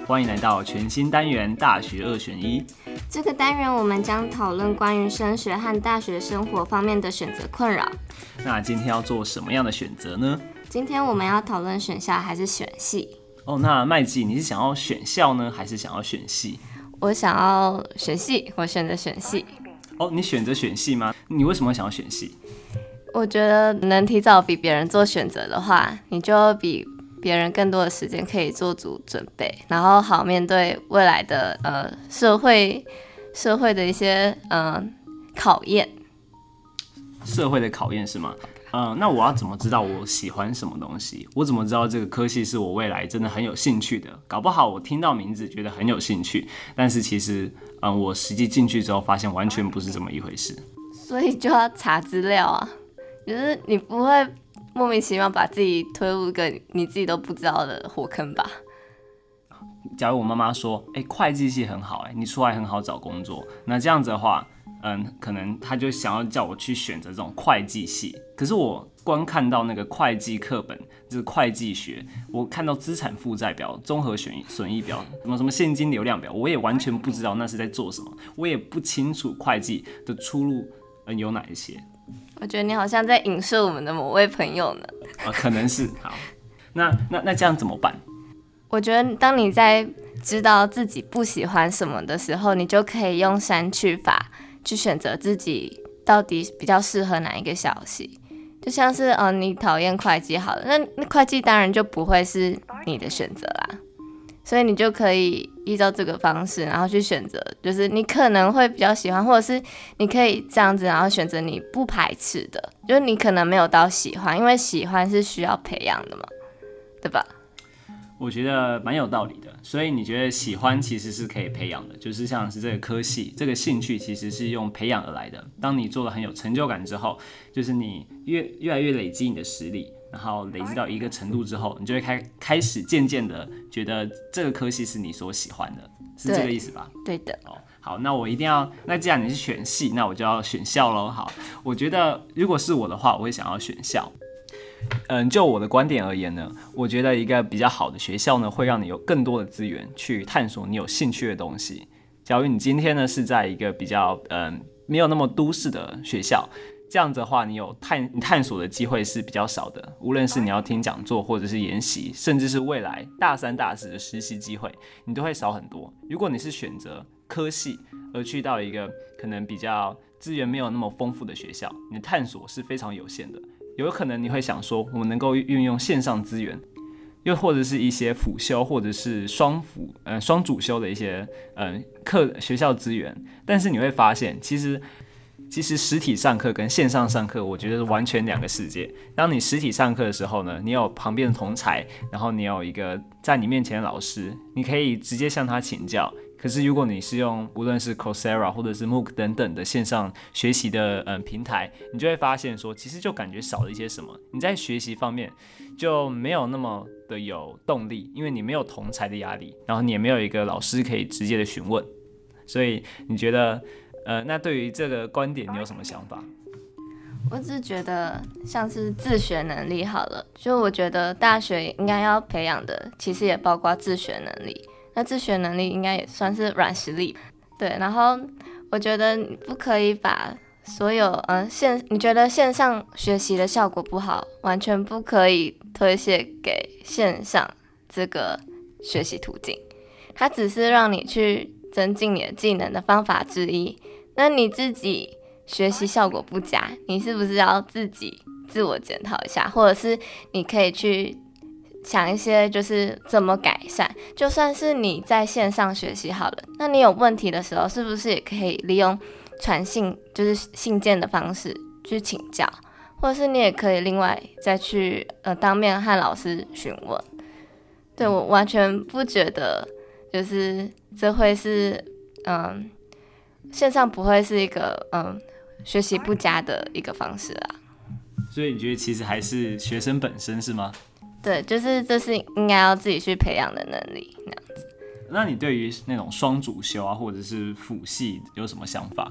欢迎来到全新单元大学二选一。 这个单元我们将讨论关于升学和大学生活方面的选择困扰。 那今天要做什么样的选择呢？ 今天我们要讨论选校还是选系。 那麦基，你是想要选校呢，还是想要选系？ 我想要选系，我选择选系。 你选择选系吗？你为什么想要选系？ 我觉得能提早比别人做选择的话，你就比别人更多的时间可以做足准备，然后好面对未来的社会的一些考验。 社会的考验是吗？那我要怎么知道我喜欢什么东西？我怎么知道这个科系是我未来真的很有兴趣的？搞不好我听到名字觉得很有兴趣，但是其实我实际进去之后发现完全不是这么一回事。 所以就要查资料啊，就是你不会莫名其妙把自己推入一个你自己都不知道的火坑吧？ 假如我妈妈说，会计系很好，你出来很好找工作，那这样子的话，可能她就想要叫我去选择这种会计系。可是我光看到那个会计课本，就是会计学，我看到资产负债表、综合损益表、什么现金流量表，我也完全不知道那是在做什么，我也不清楚会计的出路有哪一些。 我觉得你好像在影射我们的某位朋友呢。 可能是。好，那这样怎么办？ 我觉得当你在知道自己不喜欢什么的时候，你就可以用删去法去选择自己到底比较适合哪一个校系。就像是你讨厌会计好了，那会计当然就不会是你的选择啦。所以你就可以依照这个方式，然后去选择，就是你可能会比较喜欢，或者是你可以这样子，然后选择你不排斥的，就是你可能没有到喜欢，因为喜欢是需要培养的嘛，对吧？ 我觉得蛮有道理的，所以你觉得喜欢其实是可以培养的，就是像是这个科系，这个兴趣其实是用培养而来的。当你做了很有成就感之后，就是你越来越累积你的实力，然后累积到一个程度之后，你就会开始渐渐的觉得这个科系是你所喜欢的，是这个意思吧？ 对的。 好，那我一定要，那既然你是选系，那我就要选校咯。好，我觉得如果是我的话，我会想要选校。就我的观点而言呢，我觉得一个比较好的学校呢，会让你有更多的资源去探索你有兴趣的东西。假如你今天呢是在一个比较没有那么都市的学校，这样子的话，你探索的机会是比较少的。无论是你要听讲座，或者是研习，甚至是未来大三大四的实习机会，你都会少很多。如果你是选择科系而去到一个可能比较资源没有那么丰富的学校，你的探索是非常有限的。有可能你会想说，我们能够运用线上资源，又或者是一些辅修或者是双主修的一些学校资源，但是你会发现，其实实体上课跟线上上课，我觉得是完全两个世界。当你实体上课的时候呢，你有旁边的同侪，然后你有一个在你面前的老师，你可以直接向他请教。可是如果你是用无论是 Coursera 或者是 MOOC 等等的线上学习的平台，你就会发现说，其实就感觉少了一些什么。你在学习方面就没有那么的有动力，因为你没有同侪的压力，然后你也没有一个老师可以直接的询问。所以你觉得那对于这个观点你有什么想法？ 我只是觉得像是自学能力好了，就我觉得大学应该要培养的，其实也包括自学能力。那自学能力应该也算是软实力，对。然后我觉得你不可以把所有你觉得线上学习的效果不好，完全不可以推卸给线上这个学习途径，它只是让你去增进你的技能的方法之一。那你自己学习效果不佳，你是不是要自己自我检讨一下，或者是你可以去想一些就是怎么改善。就算是你在线上学习好了，那你有问题的时候，是不是也可以利用传信，就是信件的方式去请教，或者是你也可以另外再去当面和老师询问。对，我完全不觉得就是这会是线上不会是一个学习不佳的一个方式啦。 所以你觉得其实还是学生本身是吗？ 对，就是这是应该要自己去培养的能力，那样子。 那你对于那种双主修啊，或者是辅系有什么想法？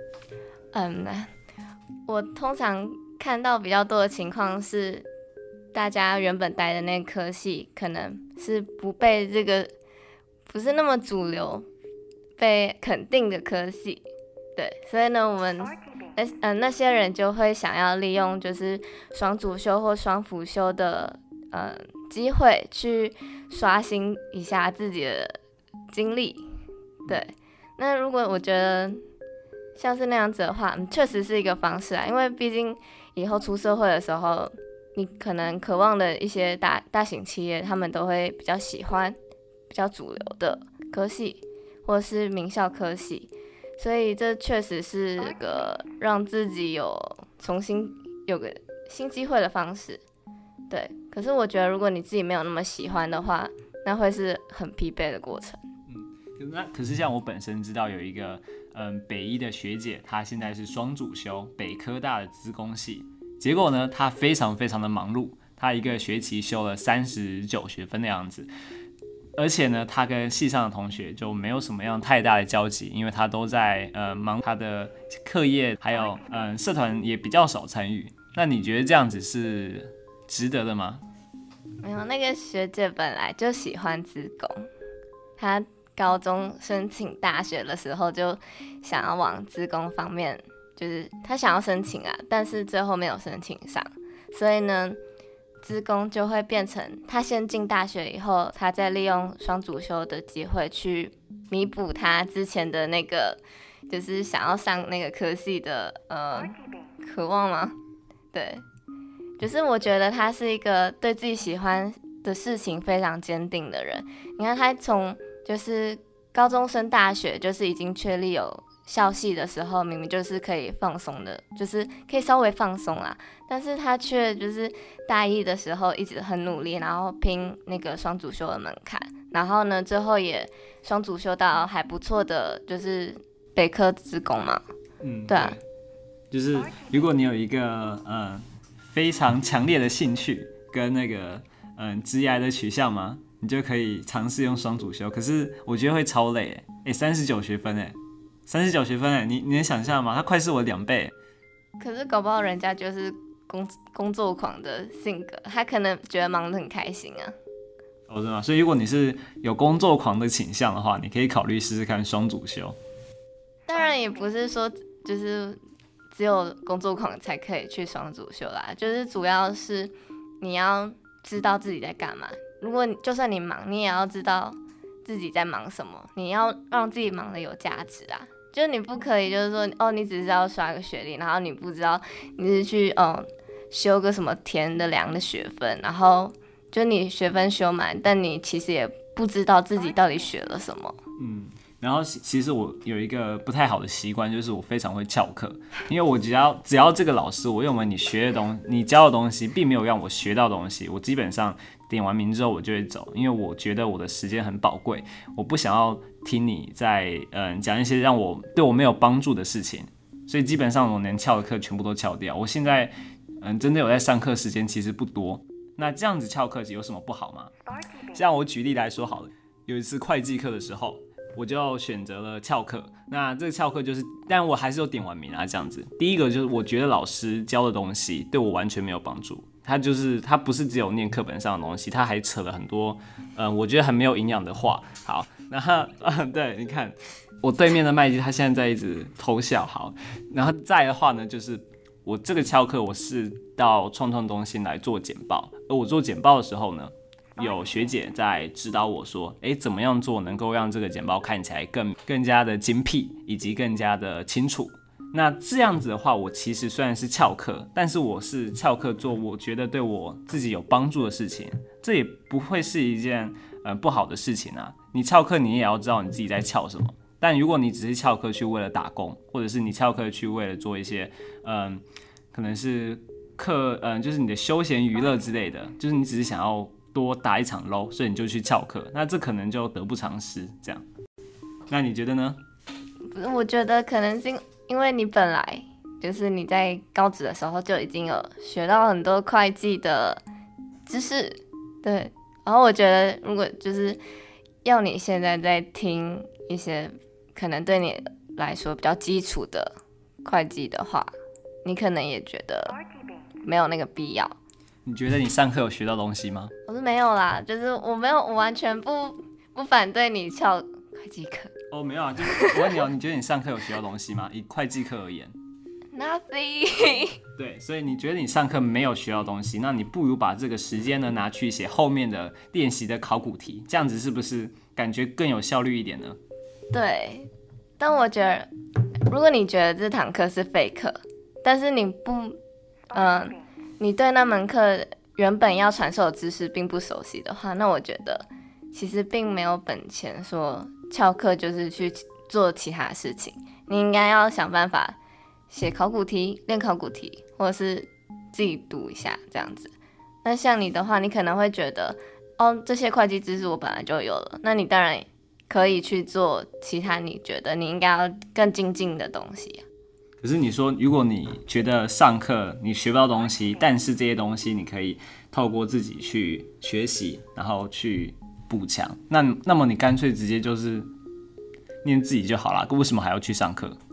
我通常看到比较多的情况是，大家原本待的那个科系可能是不被不是那么主流被肯定的科系。对，所以呢，我们那些人就会想要利用就是双主修或双辅修的机会去刷新一下自己的经历。对，那如果我觉得像是那样子的话，确实是一个方式啊，因为毕竟以后出社会的时候，你可能渴望的一些大型企业，他们都会比较喜欢比较主流的科系或是名校科系。所以这确实是个让自己重新有个新机会的方式。对，可是我觉得如果你自己没有那么喜欢的话，那会是很疲惫的过程。 可是像我本身知道有一个北医的学姐，她现在是双主修北科大的资工系，结果呢她非常非常的忙碌，她一个学期修了39学分的样子。而且呢，他跟系上的同学就没有什么样太大的交集，因为他都在忙他的课业，还有社团也比较少参与。那你觉得这样子是值得的吗？ 没有，那个学姐本来就喜欢资工，她高中申请大学的时候就想要往资工方面，就是她想要申请啊，但是最后没有申请上，所以呢。资工就会变成他先进大学以后，他再利用双主修的机会去弥补他之前的那个就是想要上那个科系的渴望吗？对，就是我觉得他是一个对自己喜欢的事情非常坚定的人。你看他从就是高中升大学，就是已经确立有校系的时候，明明就是可以放松的，就是可以稍微放松啦，但是他却就是大一的时候一直很努力，然后拼那个双主修的门槛，然后呢，最后也双主修到还不错的，就是北科资工嘛。对啊， 就是如果你有一个非常强烈的兴趣跟那个职业的取向嘛，你就可以尝试用双主修。可是我觉得会超累，39学分39学分你能想象吗？它快是我2倍。 可是搞不好人家就是工作狂的性格，他可能觉得忙得很开心啊。 真的吗？所以如果你是有工作狂的倾向的话，你可以考虑试试看双主修。 当然也不是说就是只有工作狂才可以去双主修啦，就是主要是你要知道自己在干嘛。如果就算你忙，你也要知道自己在忙什么，你要让自己忙得有价值啊。就是你不可以就是说你只是要刷个学历，然后你不知道你是去修个什么填的量的学分，然后就你学分修满，但你其实也不知道自己到底学了什么。 然后其实我有一个不太好的习惯，就是我非常会翘课，因为我只要这个老师我认为你教的东西并没有让我学到东西，我基本上点完名之后我就会走，因为我觉得我的时间很宝贵，我不想要听你在讲一些对我没有帮助的事情，所以基本上我能翘的课全部都翘掉。我现在真的有在上课时间其实不多，那这样子翘课有什么不好吗？像我举例来说好了，有一次会计课的时候，我就选择了翘课。那这个翘课就是，但我还是有点完名啊，这样子。第一个就是我觉得老师教的东西对我完全没有帮助，他不是只有念课本上的东西，他还扯了很多我觉得很没有营养的话。好，然后对，你看我对面的麦基他现在在一直偷笑。好，然后再的话呢，就是我这个翘课我是到创中心来做简报，而我做简报的时候呢，有学姐在指导我说，怎么样做能够让这个简报看起来更加的精辟，以及更加的清楚。那这样子的话，我其实虽然是翘课，但是我是翘课做我觉得对我自己有帮助的事情，这也不会是一件不好的事情啊。你翘课你也要知道你自己在翘什么，但如果你只是翘课去为了打工，或者是你翘课去为了做一些可能是就是你的休闲娱乐之类的，就是你只是想要多打一场 low， 所以你就去翘课，那这可能就得不偿失。这样，那你觉得呢？ 我觉得可能是因为你本来就是你在高职的时候就已经有学到很多会计的知识，对。然后我觉得如果就是要你现在在听一些可能对你来说比较基础的会计的话，你可能也觉得没有那个必要。 你觉得你上课有学到东西吗？ 我是没有啦，就是我完全不不反对你翘会计课。 哦，没有啊，就是我问你哦，你觉得你上课有学到东西吗？以会计课而言。 Nothing 对，所以你觉得你上课没有学到东西，那你不如把这个时间呢拿去写后面的练习的考古题，这样子是不是感觉更有效率一点呢？ 对，但我觉得，如果你觉得这堂课是废课，但是你不，你对那门课原本要传授的知识并不熟悉的话，那我觉得其实并没有本钱说翘课就是去做其他事情，你应该要想办法写考古题、练考古题，或者是自己读一下这样子。那像你的话，你可能会觉得，哦，这些会计知识我本来就有了，那你当然可以去做其他你觉得你应该要更精进的东西啊。 可是你说，如果你觉得上课你学不到东西，但是这些东西你可以透过自己去学习，然后去补强，那么你干脆直接就是念自己就好了，为什么还要去上课？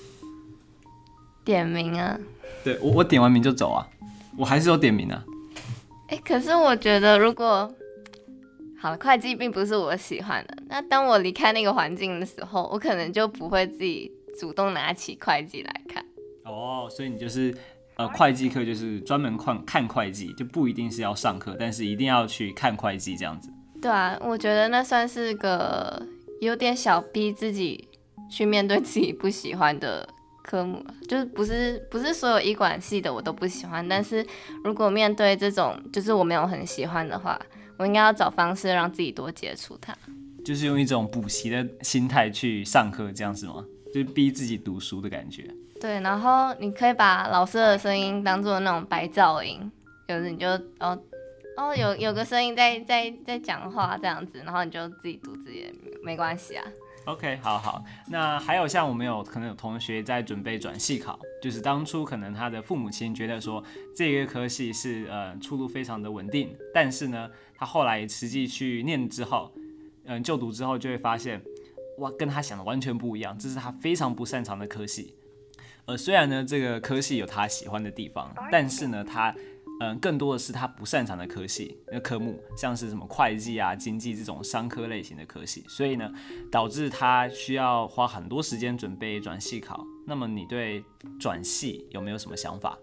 点名啊。 对，我点完名就走啊，我还是有点名啊。 可是我觉得如果好了，会计并不是我喜欢的，那当我离开那个环境的时候，我可能就不会自己主动拿起会计来看。 哦，所以你就是会计课就是专门看会计，就不一定是要上课，但是一定要去看会计这样子。 对啊，我觉得那算是个有点小逼自己去面对自己不喜欢的科目，就是不是所有医管系的我都不喜欢，但是如果面对这种就是我没有很喜欢的话，我应该要找方式让自己多接触它， 就是用一种补习的心态去上课，这样子吗？就是逼自己读书的感觉。 对，然后你可以把老师的声音当做那种白噪音，有时你就有个声音在讲话这样子，然后你就自己读自己的，没关系啊。 OK， 好，那还有像我们可能有同学在准备转系考，就是当初可能他的父母亲觉得说这个科系是出路非常的稳定，但是呢，他后来实际去念之后，就读之后就会发现，哇，跟他想的完全不一样，这是他非常不擅长的科系。虽然呢这个科系有他喜欢的地方，但是呢他更多的是他不擅长的科目，像是什么会计啊、经济这种商科类型的科系，所以呢，导致他需要花很多时间准备转系考。那么你对转系有没有什么想法？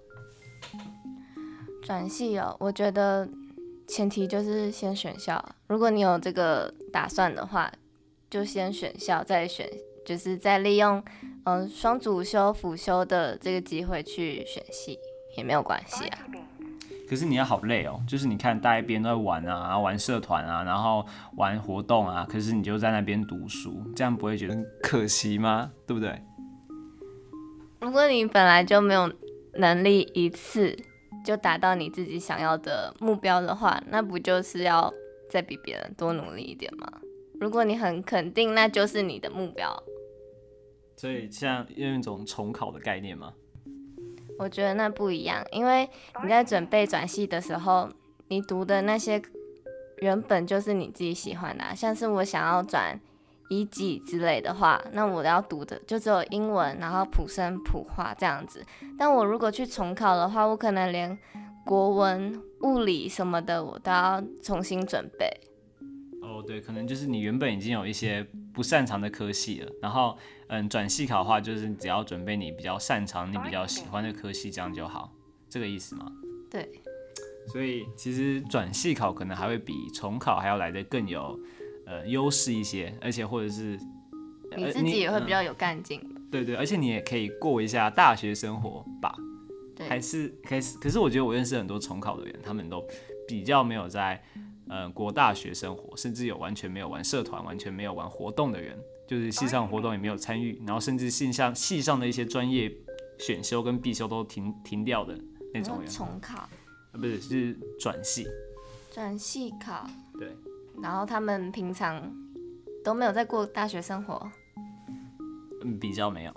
转系哦，我觉得前提就是先选校，如果你有这个打算的话，就先选校，再选，就是再利用双主修辅修的这个机会去选系也没有关系啊。 可是你要好累哦，就是你看大家边都在玩啊，玩社团啊，然后玩活动啊，可是你就在那边读书，这样不会觉得很可惜吗？对不对？ 如果你本来就没有能力一次就达到你自己想要的目标的话，那不就是要再比别人多努力一点吗？如果你很肯定那就是你的目标， 所以像用一种重考的概念吗？ 我觉得那不一样，因为你在准备转系的时候，你读的那些原本就是你自己喜欢的啊，像是我想要转医技之类的话，那我要读的就只有英文，然后普生普化这样子。但我如果去重考的话，我可能连国文、物理什么的我都要重新准备。 哦，对，可能就是你原本已经有一些不擅长的科系了，然后转系考的话，就是只要准备你比较擅长、你比较喜欢的科系，这样就好，这个意思吗？ 对。 所以其实转系考可能还会比重考还要来得更有优势一些，而且或者是你自己也会比较有干劲。 对，而且你也可以过一下大学生活吧。 对， 可是我觉得我认识很多重考的人，他们都比较没有在过大学生活，甚至有完全没有玩社团、完全没有玩活动的人，就是系上活动也没有参与，然后甚至系上的一些专业选修跟必修都停掉的那种人。 重考？ 不是，是转系考。 对。 然后他们平常都没有在过大学生活。 比较没有。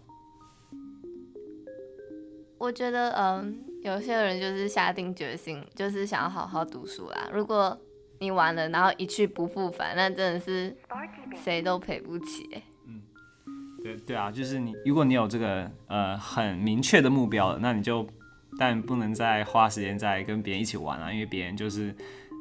我觉得有些人就是下定决心，就是想要好好读书啦。如果你玩了，然后一去不复返，那真的是谁都赔不起。 对啊，就是如果你有这个很明确的目标了，那你就但不能再花时间在跟别人一起玩啊，因为别人就是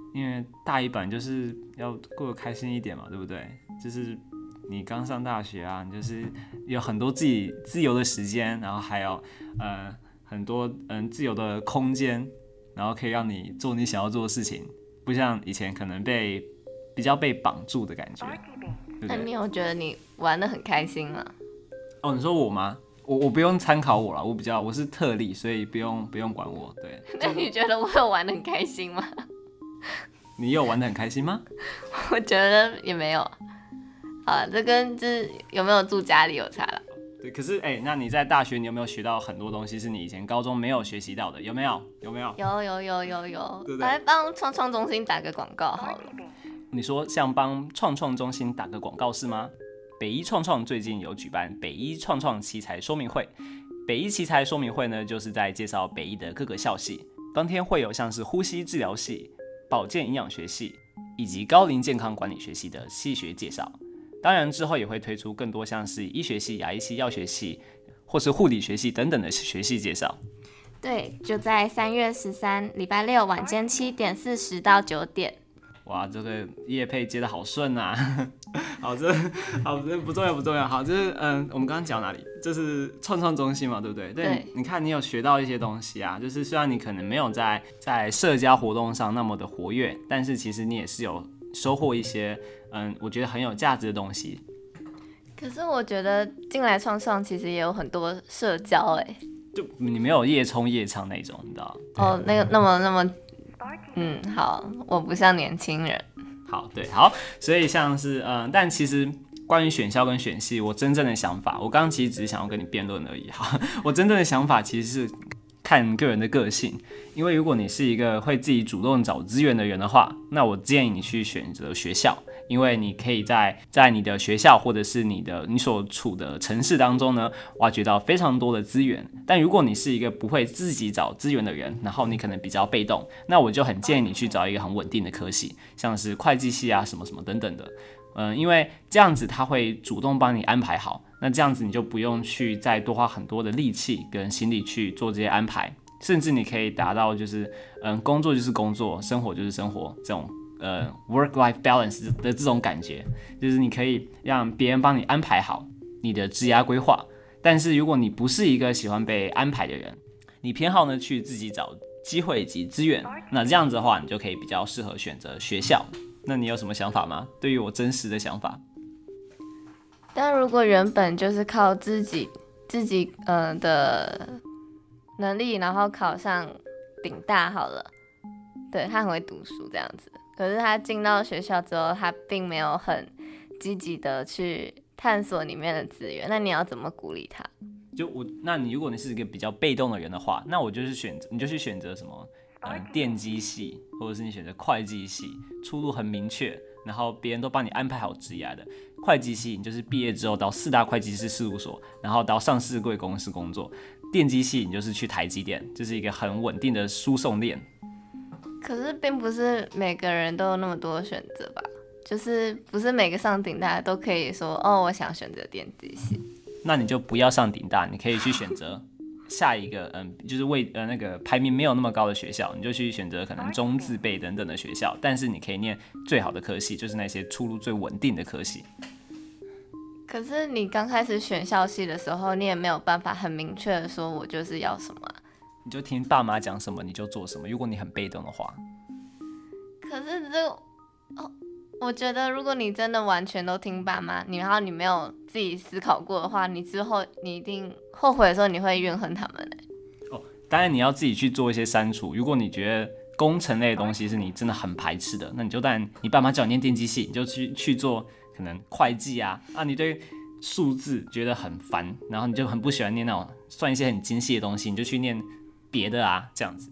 因为大一本就是要过得开心一点嘛，对不对？就是你刚上大学啊，你就是有很多自己自由的时间，然后还有很多自由的空间，然后可以让你做你想要做的事情，不像以前可能比较被绑住的感觉，对不对？ 那你有觉得你玩得很开心吗？ 哦，你说我吗？我不用参考我了，我是特例，所以不用管我。对， 那你觉得我有玩得很开心吗？ 你有玩得很开心吗？ 我觉得也没有。好，这跟就是有没有住家里有差了。 对，可是那你在大学你有没有学到很多东西是你以前高中没有学习到的？有没有？ 有。 对不对？ 来帮创创中心打个广告好了。 你说像帮创创中心打个广告是吗？北一创创最近有举办北一创创奇才说明会，北一奇才说明会呢，就是在介绍北一的各个校系。当天会有像是呼吸治疗系、保健营养学系以及高龄健康管理学系的系学介绍。当然之后也会推出更多像是医学系、牙医系、药学系或是护理学系等等的学系介绍。 对，就在3月13礼拜六晚间7点40到9点。 哇，这个业配接的好顺啊！好，这不重要。好，就是我们刚刚讲哪里？这是创创中心嘛，对不对？ 对。 你看你有学到一些东西啊，就是虽然你可能没有在社交活动上那么的活跃，但是其实你也是有收获一些我觉得很有价值的东西。 可是我觉得进来创创其实也有很多社交就你没有夜冲夜唱那种，你知道？ 哦，那么。好，我不像年轻人。 好，所以像是但其实关于选校跟选系，我真正的想法，我刚刚其实只是想要跟你辩论而已。好，我真正的想法其实是看个人的个性，因为如果你是一个会自己主动找资源的人的话，那我建议你去选择学校，因为你可以在你的学校或者是你所处的城市当中呢，挖掘到非常多的资源。但如果你是一个不会自己找资源的人，然后你可能比较被动，那我就很建议你去找一个很稳定的科系，像是会计系啊什么什么等等的。因为这样子他会主动帮你安排好，那这样子你就不用去再多花很多的力气跟心力去做这些安排，甚至你可以达到就是工作就是工作，生活就是生活这种work-life balance 的这种感觉，就是你可以让别人帮你安排好你的职业规划。但是如果你不是一个喜欢被安排的人，你偏好呢去自己找机会以及资源，那这样子的话，你就可以比较适合选择学校。那你有什么想法吗？对于我真实的想法？ 但如果原本就是靠自己的能力，然后考上顶大好了，对，他很会读书这样子，可是他进到学校之后，他并没有很积极的去探索里面的资源，那你要怎么鼓励他？ 那你如果你是一个比较被动的人的话，那我就是你就去选择什么电机系，或者是你选择会计系，出路很明确，然后别人都帮你安排好职业的。会计系你就是毕业之后到4大会计师事务所，然后到上市柜公司工作。电机系你就是去台积电，就是一个很稳定的输送链。 可是并不是每个人都有那么多选择吧，就是不是每个上顶大都可以说我想选择电机系。 那你就不要上顶大，你可以去选择下一个就是那个排名没有那么高的学校，你就去选择可能中字辈等等的学校，但是你可以念最好的科系，就是那些出路最稳定的科系。 可是你刚开始选校系的时候，你也没有办法很明确的说我就是要什么你就听爸妈讲什么你就做什么，如果你很被动的话。 可是我觉得如果你真的完全都听爸妈，然后你没有自己思考过的话，你之后你一定后悔的时候你会怨恨他们当然你要自己去做一些删除。如果你觉得工程类的东西是你真的很排斥的，那你就当然你爸妈叫你念电机系，你就去做可能会计啊，你对数字觉得很烦，然后你就很不喜欢念那种算一些很精细的东西，你就去念别的啊，这样子。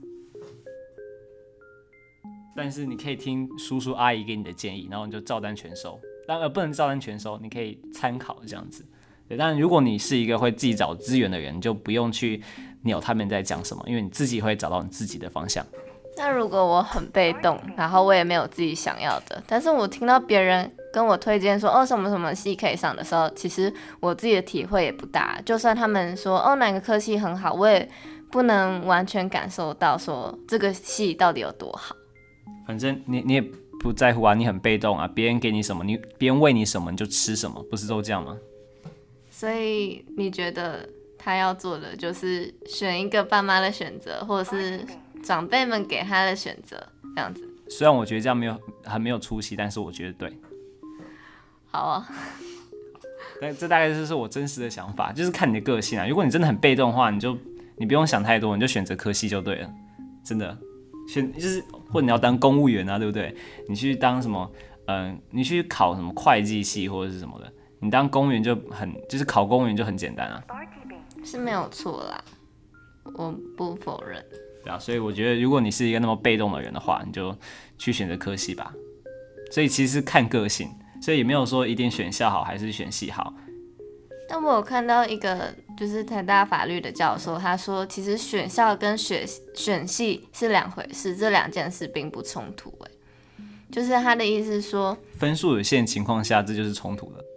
但是你可以听叔叔阿姨给你的建议，然后你就照单全收。当然不能照单全收，你可以参考这样子。对，但如果你是一个会自己找资源的人，你就不用去鸟他们在讲什么，因为你自己会找到你自己的方向。 那如果我很被动，然后我也没有自己想要的，但是我听到别人跟我推荐说什么什么系可以上的时候，其实我自己的体会也不大。就算他们说哪个科系很好，我也不能完全感受到说这个系到底有多好。 反正你也不在乎啊，你很被动啊，别人给你什么，别人喂你什么你就吃什么，不是都这样吗？ 所以你觉得他要做的就是选一个爸妈的选择，或者是长辈们给他的选择，这样子。 虽然我觉得这样很没有出息，但是我觉得对。 好啊。 但这大概就是我真实的想法，就是看你的个性啊。如果你真的很被动的话，你不用想太多，你就选择科系就对了，真的。就是或者你要当公务员啊，对不对？你去当什么，你去考什么会计系或者是什么的，你当公务员就是考公务员就很简单啊， 是没有错啦，我不否认。 对啊，所以我觉得如果你是一个那么被动的人的话，你就去选择科系吧。所以其实是看个性。所以也没有说一定选校好还是选系好。 但我有看到一个就是台大法律的教授，他说其实选校跟选系是两回事，这两件事并不冲突。就是他的意思是说， 分数有限情况下，这就是冲突的。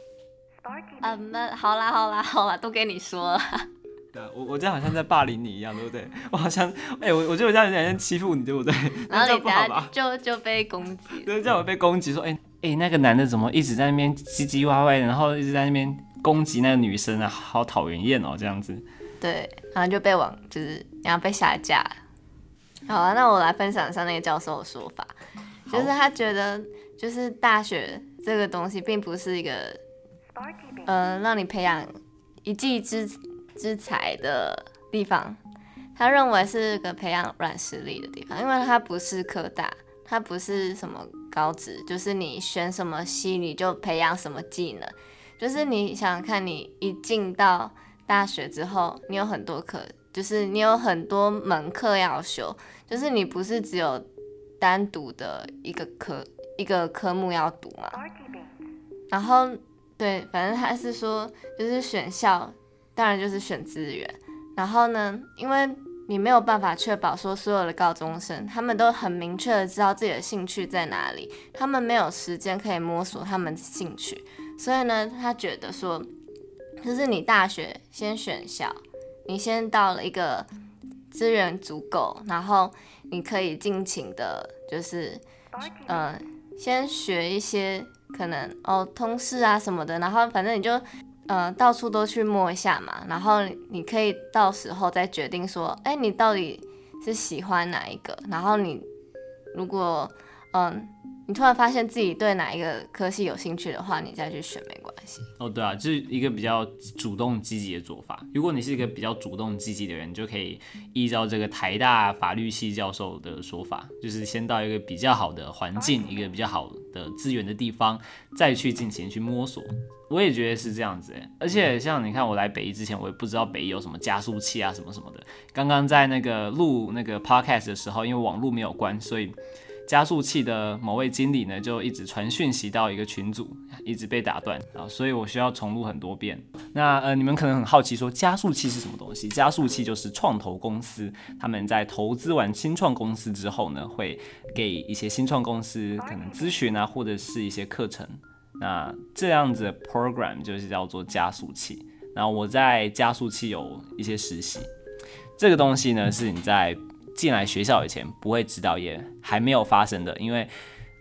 好啦，都给你说了。 对啊，我这样好像在霸凌你一样，对不对？我好像，我觉得我这样有点像欺负你，对不对？ 然后你等下就被攻击。 对，这样我被攻击说，那个男的怎么一直在那边唧唧歪歪，然后一直在那边攻击那个女生啊，好讨人厌哦，这样子。 对，然后就就是然后被下架。好啊，那我来分享一下那个教授的说法，就是他觉得就是大学这个东西并不是一个让你培养一技之才的地方，他认为是个培养软实力的地方，因为它不是科大，它不是什么高职，就是你选什么系你就培养什么技能，就是你想想看，你一进到大学之后，你有很多课，就是你有很多门课要修，就是你不是只有单独的一个科目要读嘛。然后对，反正他是说，就是选校，当然就是选资源。然后呢，因为你没有办法确保说所有的高中生他们都很明确的知道自己的兴趣在哪里，他们没有时间可以摸索他们的兴趣，所以呢，他觉得说，就是你大学先选校，你先到了一个资源足够，然后你可以尽情的，就是先学一些可能通识啊什么的，然后反正你就到处都去摸一下嘛，然后你可以到时候再决定说，你到底是喜欢哪一个，然后你如果你突然发现自己对哪一个科系有兴趣的话，你再去选没关系。 对啊，就是一个比较主动积极的做法。如果你是一个比较主动积极的人，你就可以依照这个台大法律系教授的说法，就是先到一个比较好的环境，一个比较好的资源的地方，再去进行去摸索。我也觉得是这样子而且像你看，我来北医之前，我也不知道北医有什么加速器啊什么什么的。刚刚在那个录那个 podcast 的时候，因为网络没有关，所以加速器的某位经理呢，就一直传讯息到一个群组，一直被打断啊，所以我需要重录很多遍。那你们可能很好奇说，加速器是什么东西？加速器就是创投公司，他们在投资完新创公司之后呢，会给一些新创公司可能咨询啊，或者是一些课程。那这样子的 program 就是叫做加速器。然后我在加速器有一些实习，这个东西呢是你在进来学校以前不会知道，也还没有发生的，因为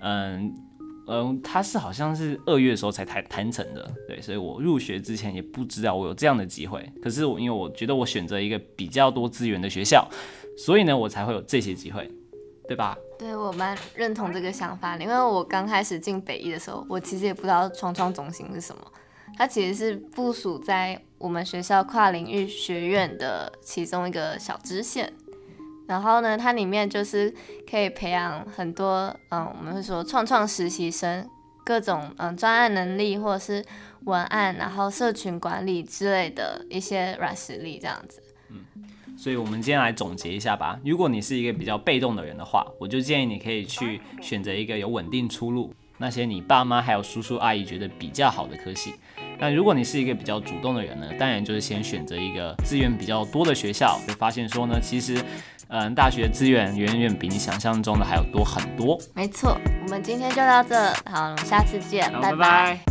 它是好像是2月的时候才谈成的，对，所以我入学之前也不知道我有这样的机会。可是因为我觉得我选择一个比较多资源的学校，所以呢我才会有这些机会，对吧？ 对，我蛮认同这个想法的，因为我刚开始进北医的时候，我其实也不知道创中心是什么，它其实是部属在我们学校跨领域学院的其中一个小支线。然后呢，它里面就是可以培养很多我们会说创实习生，各种专案能力或者是文案，然后社群管理之类的一些软实力这样子。 所以我们今天来总结一下吧。如果你是一个比较被动的人的话，我就建议你可以去选择一个有稳定出路，那些你爸妈还有叔叔阿姨觉得比较好的科系。那如果你是一个比较主动的人呢，当然就是先选择一个资源比较多的学校，会发现说呢，其实大学资源远远比你想象中的还有多很多。 没错，我们今天就到这，好，我们下次见，拜拜。